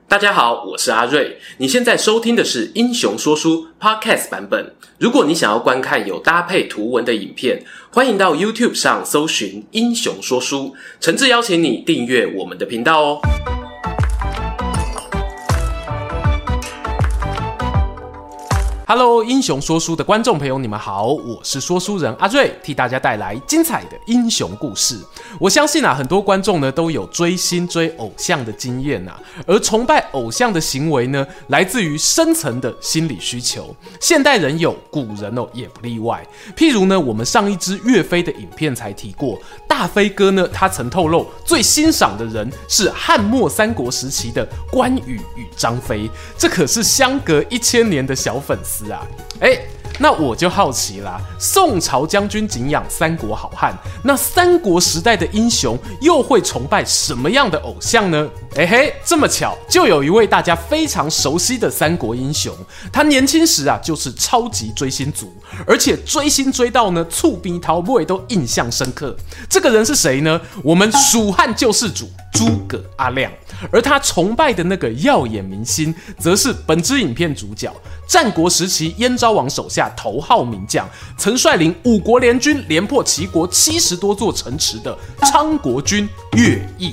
大家好，我是阿瑞。你现在收听的是英雄说书 Podcast 版本。如果你想要观看有搭配图文的影片，欢迎到 YouTube 上搜寻英雄说书，诚挚邀请你订阅我们的频道哦。Hello， 英雄说书的观众朋友，你们好，我是说书人阿瑞，替大家带来精彩的英雄故事。我相信很多观众呢都有追星追偶像的经验而崇拜偶像的行为呢，来自于深层的心理需求。现代人有，古人也不例外。譬如呢，我们上一支岳飞的影片才提过，大飞哥呢，他曾透露最欣赏的人是汉末三国时期的关羽与张飞，这可是相隔1000年的小粉丝。那我就好奇啦，宋朝将军敬仰三国好汉，那三国时代的英雄又会崇拜什么样的偶像呢？这么巧，就有一位大家非常熟悉的三国英雄，他年轻时就是超级追星族，而且追星追到呢触鼻桃尾都印象深刻。这个人是谁呢？我们蜀汉救世主诸葛阿亮，而他崇拜的那个耀眼明星，则是本支影片主角，战国时期燕昭王手下头号名将，曾率领5国联军连破齐国70多座城池的昌国君乐毅。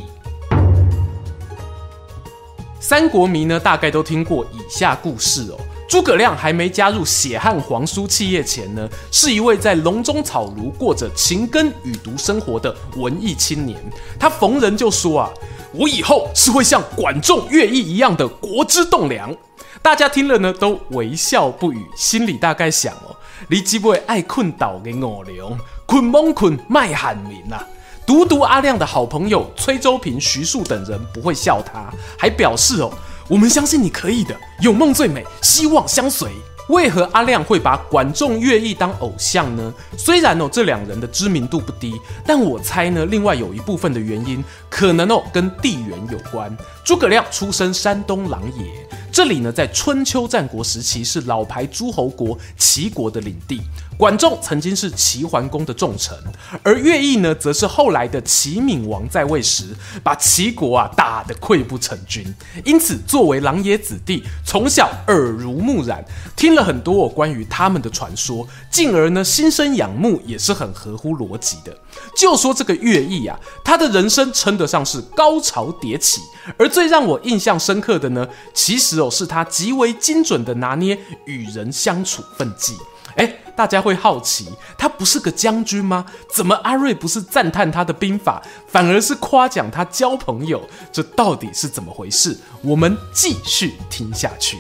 三国迷呢，大概都听过以下故事诸葛亮还没加入血汗皇叔企业前呢，是一位在隆中草庐过着勤耕雨读生活的文艺青年。他逢人就说我以后是会像管仲、乐毅一样的国之栋梁。大家听了呢，都微笑不语，心里大概想你只会爱困倒的五娘，困蒙困卖喊名独独阿亮的好朋友崔周平、徐庶等人不会笑他，还表示我们相信你可以的，有梦最美，希望相随。为何阿亮会把管仲、乐毅当偶像呢？虽然这两人的知名度不低，但我猜呢，另外有一部分的原因可能跟地缘有关。诸葛亮出身山东琅琊，这里呢在春秋战国时期是老牌诸侯国齐国的领地。管仲曾经是齐桓公的重臣，而乐毅呢，则是后来的齐闵王在位时，把齐国打得溃不成军。因此，作为琅琊子弟，从小耳濡目染，听了很多关于他们的传说，进而呢心生仰慕，也是很合乎逻辑的。就说这个乐毅他的人生称得上是高潮迭起，而最让我印象深刻的呢，其实是他极为精准的拿捏与人相处分际。大家会好奇，他不是个将军吗？怎么阿瑞不是赞叹他的兵法，反而是夸奖他交朋友？这到底是怎么回事？我们继续听下去。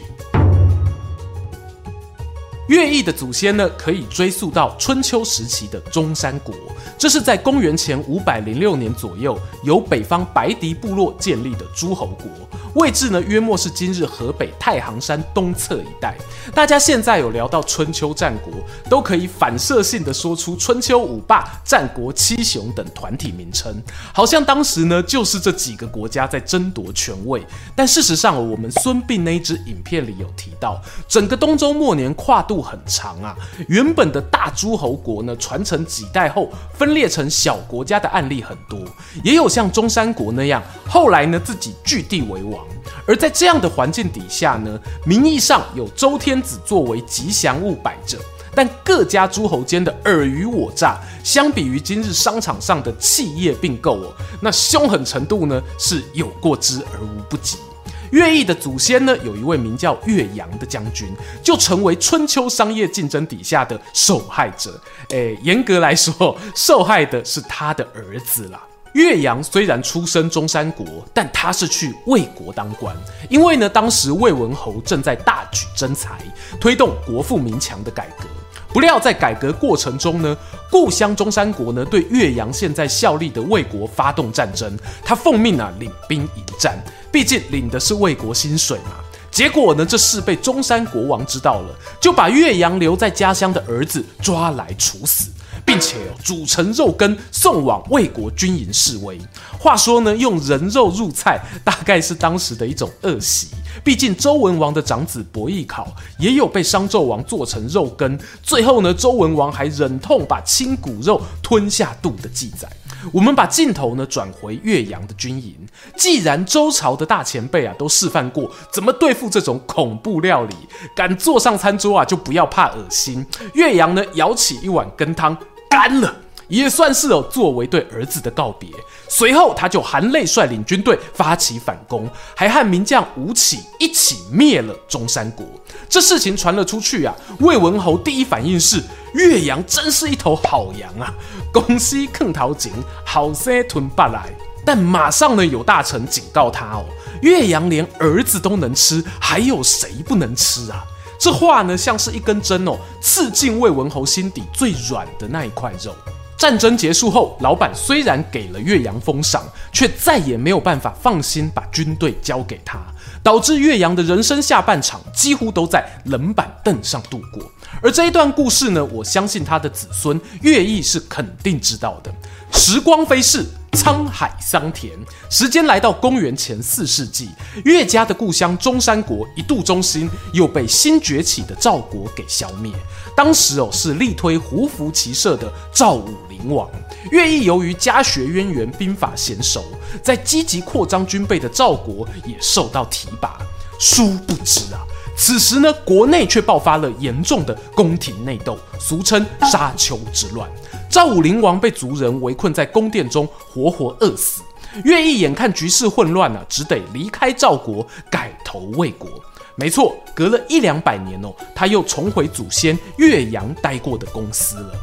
乐毅的祖先呢，可以追溯到春秋时期的中山国，这是在公元前506年左右，由北方白狄部落建立的诸侯国，位置呢约莫是今日河北太行山东侧一带。大家现在有聊到春秋战国，都可以反射性的说出春秋五霸、战国七雄等团体名称，好像当时呢就是这几个国家在争夺权位。但事实上我们孙膑那一支影片里有提到，整个东周末年跨度很长原本的大诸侯国呢，传承几代后分裂成小国家的案例很多，也有像中山国那样，后来呢自己据地为王。而在这样的环境底下呢，名义上有周天子作为吉祥物摆着，但各家诸侯间的尔虞我诈，相比于今日商场上的企业并购那凶狠程度呢是有过之而无不及。乐毅的祖先呢，有一位名叫乐阳的将军，就成为春秋商业竞争底下的受害者。严格来说，受害的是他的儿子啦。乐阳虽然出身中山国，但他是去魏国当官，因为呢，当时魏文侯正在大举征财，推动国富民强的改革。不料在改革过程中呢，故乡中山国呢对乐阳现在效力的魏国发动战争，他奉命领兵迎战，毕竟领的是魏国薪水嘛。结果呢，这事被中山国王知道了，就把乐阳留在家乡的儿子抓来处死，并且煮成肉羹送往魏国军营示威。话说呢，用人肉入菜大概是当时的一种恶习，毕竟周文王的长子伯邑考也有被商纣王做成肉羹，最后呢，周文王还忍痛把亲骨肉吞下肚的记载。 我们把镜头呢转回岳阳的军营。既然周朝的大前辈啊都示范过怎么对付这种恐怖料理，敢坐上餐桌啊就不要怕恶心。岳阳呢舀起一碗羹汤，干了。也算是作为对儿子的告别。随后他就含泪率领军队发起反攻，还和名将吴起一起灭了中山国。这事情传了出去啊，魏文侯第一反应是岳阳真是一头好羊啊，公西坑桃井，好些吞巴来。但马上呢有大臣警告他岳阳连儿子都能吃，还有谁不能吃啊？这话呢像是一根针刺进魏文侯心底最软的那一块肉。战争结束后，老板虽然给了岳阳封赏，却再也没有办法放心把军队交给他，导致岳阳的人生下半场几乎都在冷板凳上度过。而这一段故事呢，我相信他的子孙乐毅是肯定知道的。时光飞逝，沧海桑田，时间来到公元前4世纪，岳家的故乡中山国一度中心又被新崛起的赵国给消灭。当时是力推胡服骑射的赵武灵王。乐毅由于家学渊源，兵法娴熟，在积极扩张军备的赵国也受到提拔。殊不知啊，此时呢，国内却爆发了严重的宫廷内斗，俗称沙丘之乱。赵武灵王被族人围困在宫殿中，活活饿死。乐毅眼看局势混乱只得离开赵国，改投魏国。没错，隔了100-200年他又重回祖先岳阳待过的公司了。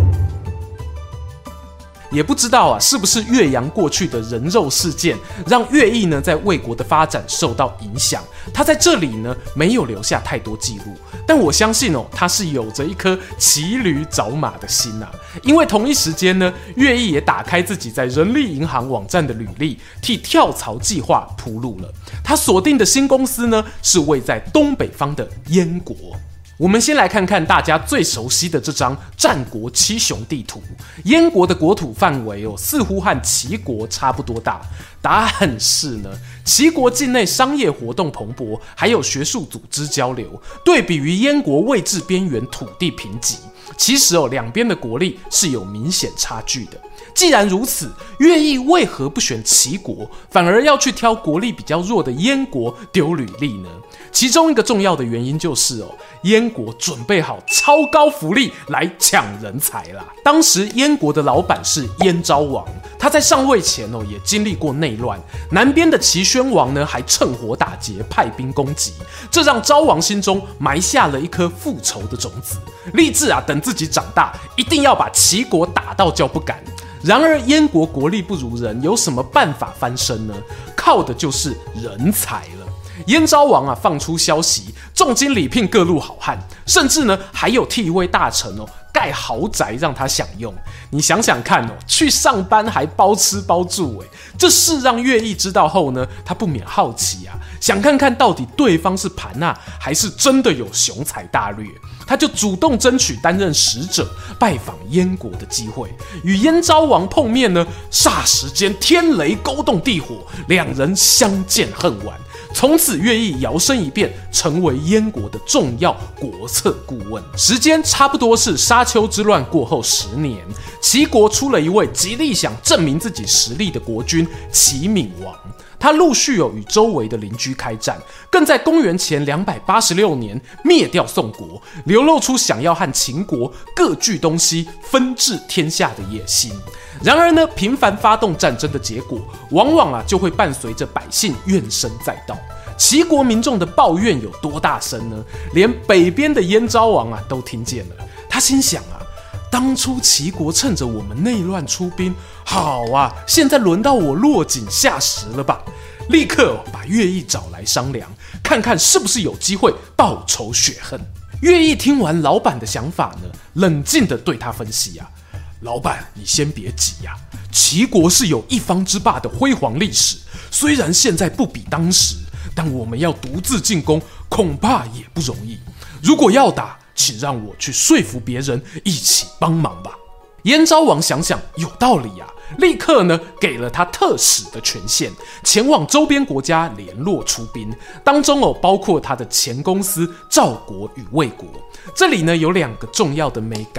也不知道是不是岳阳过去的人肉事件，让乐毅呢在魏国的发展受到影响。他在这里呢没有留下太多记录，但我相信他是有着一颗骑驴找马的心啊。因为同一时间呢，乐毅也打开自己在人力银行网站的履历，替跳槽计划铺路了。他锁定的新公司呢是位在东北方的燕国。我们先来看看大家最熟悉的这张战国七雄地图。燕国的国土范围似乎和齐国差不多大。答案是呢，齐国境内商业活动蓬勃，还有学术组织交流，对比于燕国位置边缘，土地贫瘠。其实两边的国力是有明显差距的。既然如此，乐毅为何不选齐国，反而要去挑国力比较弱的燕国丢履历呢？其中一个重要的原因就是燕国准备好超高福利来抢人才啦。当时燕国的老板是燕昭王，他在上位前也经历过内乱，南边的齐宣王呢还趁火打劫，派兵攻击，这让昭王心中埋下了一颗复仇的种子，立志等自己长大一定要把齐国打到叫不敢。然而燕国国力不如人，有什么办法翻身呢？靠的就是人才了。燕昭王放出消息，重金礼聘各路好汉，甚至呢还有替一位大臣盖豪宅让他享用。你想想看去上班还包吃包住这事让乐毅知道后呢，他不免好奇想看看到底对方是盘还是真的有雄才大略。他就主动争取担任使者，拜访燕国的机会，与燕昭王碰面呢，霎时间天雷勾动地火，两人相见恨晚。从此乐毅摇身一变，成为燕国的重要国策顾问。时间差不多是沙丘之乱过后10年，齐国出了一位极力想证明自己实力的国君齐闵王。他陆续与周围的邻居开战，更在公元前286年灭掉宋国，流露出想要和秦国各据东西分治天下的野心。然而呢，频繁发动战争的结果，往往就会伴随着百姓怨声载道。齐国民众的抱怨有多大声呢？连北边的燕昭王都听见了。他心想当初齐国趁着我们内乱出兵，好现在轮到我落井下石了吧？立刻把乐毅找来商量，看看是不是有机会报仇雪恨。乐毅听完老板的想法呢，冷静地对他分析老板，你先别急齐国是有一方之霸的辉煌历史，虽然现在不比当时，但我们要独自进攻，恐怕也不容易。如果要打，请让我去说服别人一起帮忙吧。燕昭王想想有道理立刻呢给了他特使的权限，前往周边国家联络出兵，当中包括他的前公司赵国与魏国。这里呢有2个重要的 mega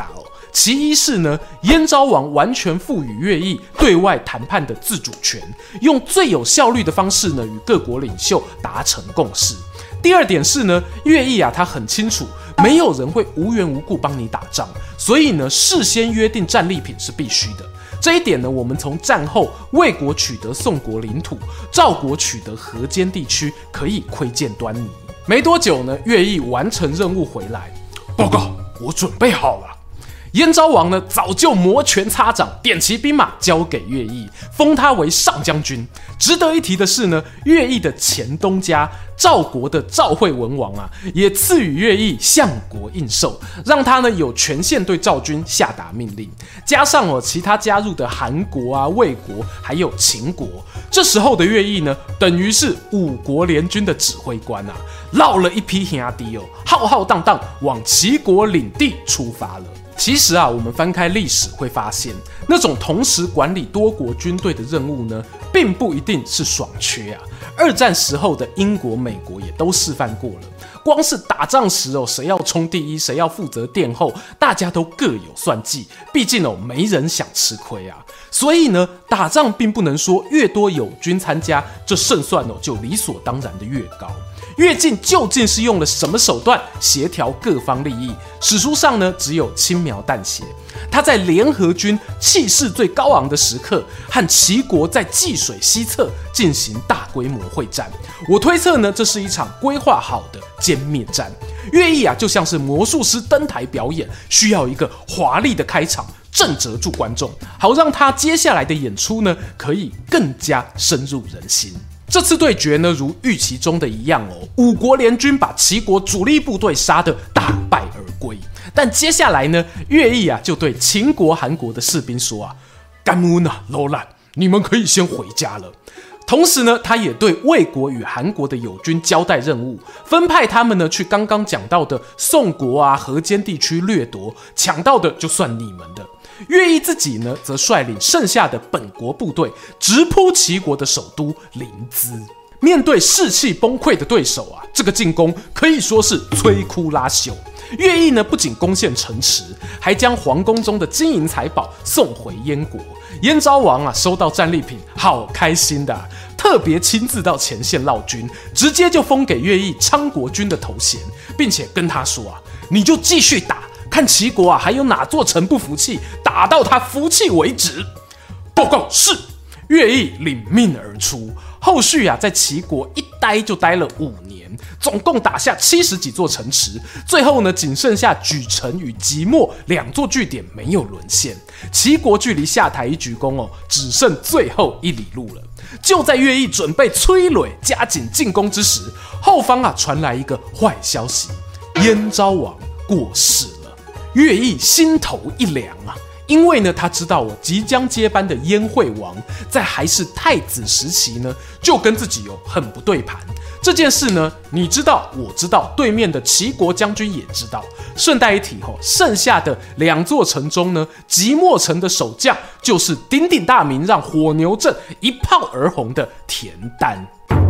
其一是呢，燕昭王完全赋予乐毅对外谈判的自主权，用最有效率的方式呢，与各国领袖达成共识。第二点是呢，乐毅他很清楚，没有人会无缘无故帮你打仗，所以呢，事先约定战利品是必须的。这一点呢，我们从战后魏国取得宋国领土，赵国取得河间地区可以窥见端倪。没多久呢，乐毅完成任务回来，报告，我准备好了。燕昭王呢，早就摩拳擦掌，点齐兵马交给乐毅，封他为上将军。值得一提的是呢，乐毅的前东家赵国的赵惠文王也赐予乐毅相国印绶，让他呢有权限对赵军下达命令。加上其他加入的韩国魏国还有秦国，这时候的乐毅呢，等于是5国联军的指挥官绕了一批兄弟浩浩荡荡往齐国领地出发了。其实我们翻开历史会发现，那种同时管理多国军队的任务呢，并不一定是爽缺二战时候的英国、美国也都示范过了。光是打仗时谁要冲第一，谁要负责殿后，大家都各有算计。毕竟没人想吃亏所以呢，打仗并不能说越多友军参加，这胜算就理所当然的越高。乐进究竟是用了什么手段协调各方利益？史书上呢，只有轻描淡写。他在联合军气势最高昂的时刻，和齐国在济水西侧进行大规模会战。我推测呢，这是一场规划好的歼灭战。乐毅就像是魔术师登台表演，需要一个华丽的开场，震慑住观众，好让他接下来的演出呢，可以更加深入人心。这次对决呢，如预期中的一样5国联军把齐国主力部队杀得大败而归。但接下来呢，乐毅就对秦国、韩国的士兵说感恩老懒，你们可以先回家了。同时呢，他也对魏国与韩国的友军交代任务，分派他们呢去刚刚讲到的宋国河间地区掠夺，抢到的就算你们的。乐毅自己呢，则率领剩下的本国部队直扑齐国的首都临淄。面对士气崩溃的对手这个进攻可以说是摧枯拉朽。乐毅呢，不仅攻陷城池，还将皇宫中的金银财宝送回燕国。燕昭王收到战利品，好开心的特别亲自到前线绕军，直接就封给乐毅昌国君的头衔，并且跟他说你就继续打，看齐国还有哪座城不服气，打到他服气为止。报告是。乐毅领命而出，后续在齐国一待就待了5年，总共打下70几座城池，最后呢，仅剩下莒城与即墨2座据点没有沦陷。齐国距离下台一鞠躬只剩最后1里路了。就在乐毅准备催泪加紧进攻之时，后方传来一个坏消息，燕昭王过世了。乐毅心头一凉因为呢，他知道即将接班的燕惠王在还是太子时期呢，就跟自己很不对盘。这件事呢，你知道，我知道，对面的齐国将军也知道。顺带一提剩下的2座城中呢，即墨城的守将就是鼎鼎大名，让火牛阵一炮而红的田丹。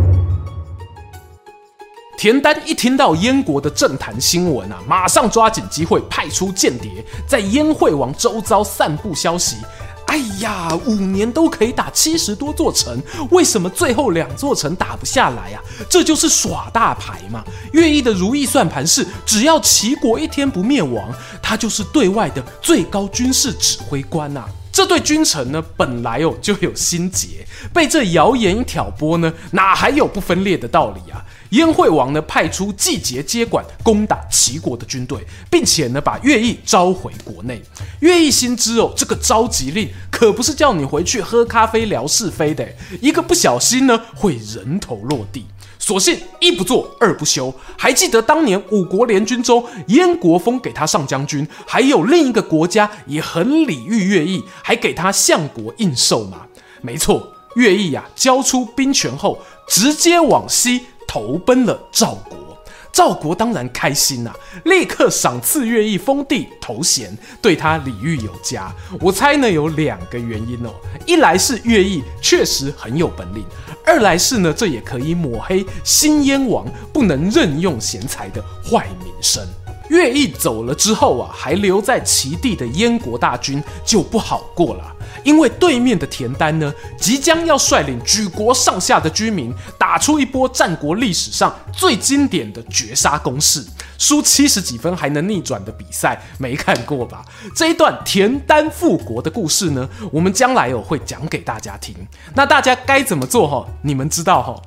田丹一听到燕国的政坛新闻马上抓紧机会派出间谍，在燕惠王周遭散布消息。哎呀，5年都可以打70多座城，为什么最后2座城打不下来这就是耍大牌嘛。乐毅的如意算盘是，只要齐国一天不灭亡，他就是对外的最高军事指挥官这对君臣呢，本来就有心结，被这谣言一挑拨呢，哪还有不分裂的道理燕惠王呢，派出季节接管攻打齐国的军队，并且呢，把乐毅召回国内。乐毅心知这个召集令可不是叫你回去喝咖啡聊是非的，一个不小心呢，会人头落地。所幸1不做2不休，还记得当年5国联军中，燕国封给他上将军，还有另一个国家也很礼遇乐毅，还给他相国印绶吗？没错，乐毅交出兵权后，直接往西投奔了赵国。赵国当然开心立刻赏赐乐毅封地头衔，对他礼遇有加。我猜呢，有2个原因一来是乐毅确实很有本领，二来是呢，这也可以抹黑新燕王不能任用贤才的坏名声。 乐毅走了之后啊，还留在齐地的燕国大军就不好过了，因为对面的田单呢，即将要率领举国上下的居民打出一波战国历史上最经典的绝杀攻势，输70几分还能逆转的比赛，没看过吧？这一段田单复国的故事呢，我们将来会讲给大家听。那大家该怎么做你们知道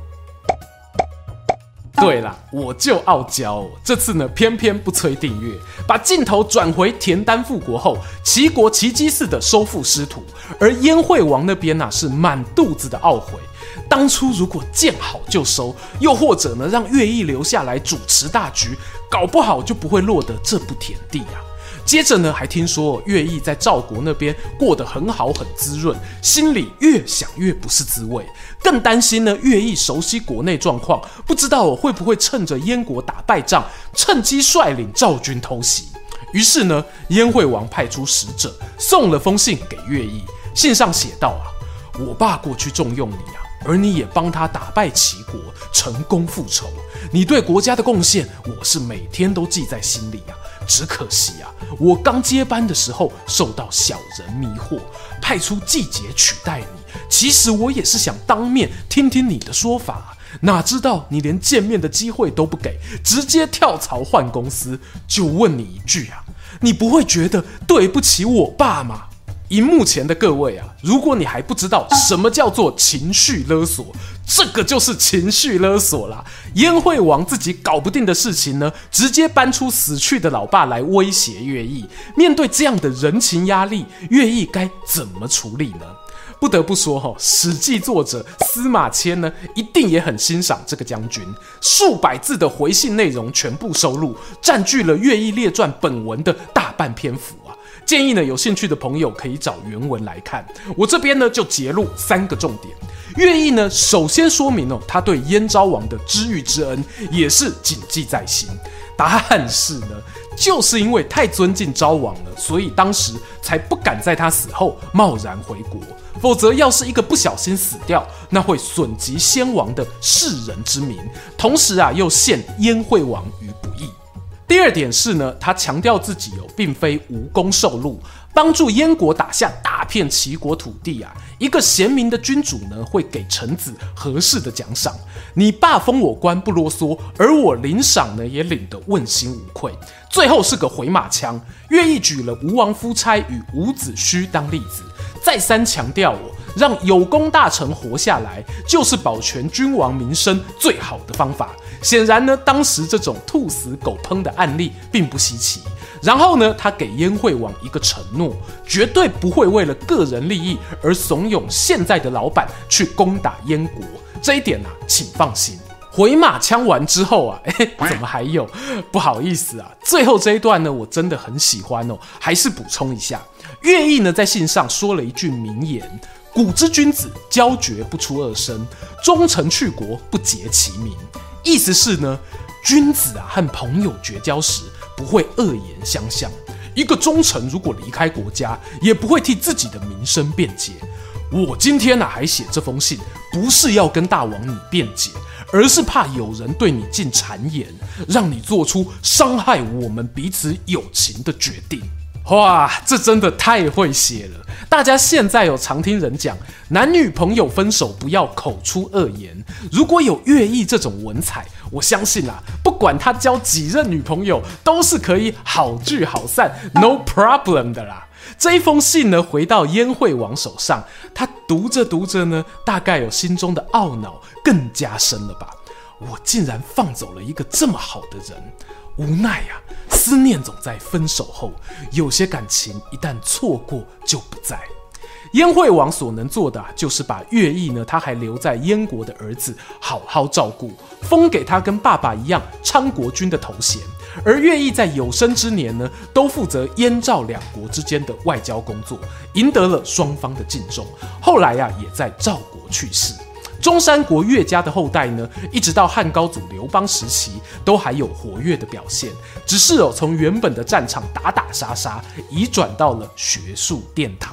对啦，我就傲娇这次呢偏偏不催订阅，把镜头转回田单复国后，齐国齐姬氏的收复失土，而燕惠王那边是满肚子的懊悔。当初如果见好就收，又或者呢让乐毅留下来主持大局，搞不好就不会落得这步田地啊。接着呢，还听说乐毅在赵国那边过得很好很滋润，心里越想越不是滋味，更担心呢乐毅熟悉国内状况，不知道会不会趁着燕国打败仗，趁机率领赵军偷袭。于是呢，燕惠王派出使者送了封信给乐毅，信上写道我爸过去重用你而你也帮他打败齐国，成功复仇。你对国家的贡献，我是每天都记在心里只可惜我刚接班的时候受到小人迷惑，派出季节取代你。其实我也是想当面听听你的说法，哪知道你连见面的机会都不给，直接跳槽换公司。就问你一句你不会觉得对不起我爸吗？荧幕前的各位如果你还不知道什么叫做情绪勒索，这个就是情绪勒索啦。燕惠王自己搞不定的事情呢，直接搬出死去的老爸来威胁乐毅。面对这样的人情压力，乐毅该怎么处理呢？不得不说史记作者司马迁呢，一定也很欣赏这个将军，数百字的回信内容全部收录，占据了《乐毅列传》本文的大半篇幅建议呢，有兴趣的朋友可以找原文来看。我这边呢就截录3个重点。乐毅呢，首先说明他对燕昭王的知遇之恩也是谨记在心。答案是呢，就是因为太尊敬昭王了，所以当时才不敢在他死后贸然回国。否则要是一个不小心死掉，那会损及先王的世人之名，同时又陷燕惠王于不义。第二点是呢，他强调自己并非无功受禄，帮助燕国打下大片齐国土地一个贤明的君主呢，会给臣子合适的奖赏。你罢封我官不啰嗦，而我领赏呢也领得问心无愧。最后是个回马枪，乐毅举了吴王夫差与伍子胥当例子，再三强调让有功大臣活下来，就是保全君王名声最好的方法。显然呢，当时这种兔死狗烹的案例并不稀奇。然后呢，他给燕惠王一个承诺，绝对不会为了个人利益而怂恿现在的老板去攻打燕国。这一点请放心。回马枪完之后怎么还有？不好意思最后这一段呢，我真的很喜欢还是补充一下。乐毅呢在信上说了一句名言：古之君子，交绝不出恶声，忠臣去国，不结其名。意思是呢，君子和朋友绝交时不会恶言相向，一个忠臣如果离开国家，也不会替自己的名声辩解。我今天还写这封信，不是要跟大王你辩解，而是怕有人对你进谗言，让你做出伤害我们彼此友情的决定。哇，这真的太会写了！大家现在常听人讲，男女朋友分手不要口出恶言。如果有乐毅这种文采，我相信不管他交几任女朋友，都是可以好聚好散 ，no problem 的啦。这一封信呢，回到燕惠王手上，他读着读着呢，大概心中的懊恼更加深了吧？我竟然放走了一个这么好的人。无奈思念总在分手后，有些感情一旦错过就不在。燕惠王所能做的就是把乐毅呢，他还留在燕国的儿子好好照顾，封给他跟爸爸一样昌国君的头衔。而乐毅在有生之年呢，都负责燕赵两国之间的外交工作，赢得了双方的敬重。后来也在赵国去世。中山国乐家的后代呢，一直到汉高祖刘邦时期，都还有活跃的表现，只是从原本的战场打打杀杀，移转到了学术殿堂。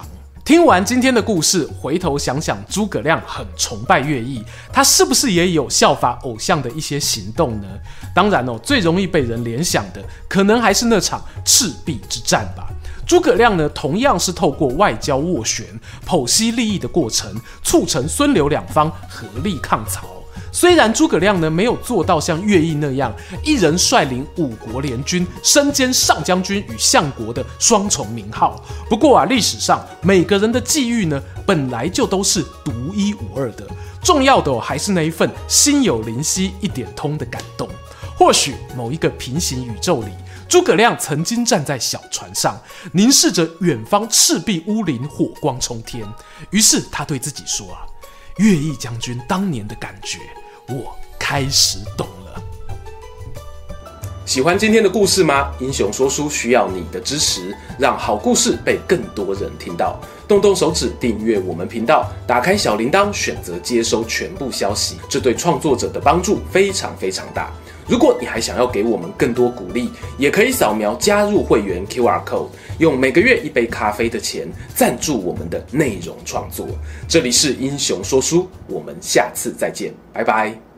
听完今天的故事，回头想想，诸葛亮很崇拜乐毅，他是不是也有效法偶像的一些行动呢？当然最容易被人联想的，可能还是那场赤壁之战吧。诸葛亮呢，同样是透过外交斡旋、剖析利益的过程，促成孙刘两方合力抗曹。虽然诸葛亮呢没有做到像乐毅那样一人率领5国联军，身兼上将军与相国的双重名号，不过历史上每个人的际遇呢，本来就都是独一无二的，重要的还是那一份心有灵犀一点通的感动。或许某一个平行宇宙里，诸葛亮曾经站在小船上，凝视着远方赤壁乌林火光冲天，于是他对自己说乐毅将军当年的感觉，我开始懂了。喜欢今天的故事吗？英雄说书需要你的支持，让好故事被更多人听到。动动手指订阅我们频道，打开小铃铛，选择接收全部消息，这对创作者的帮助非常非常大。如果你还想要给我们更多鼓励，也可以扫描加入会员 QR Code， 用每个月1杯咖啡的钱赞助我们的内容创作。这里是英雄说书，我们下次再见，拜拜。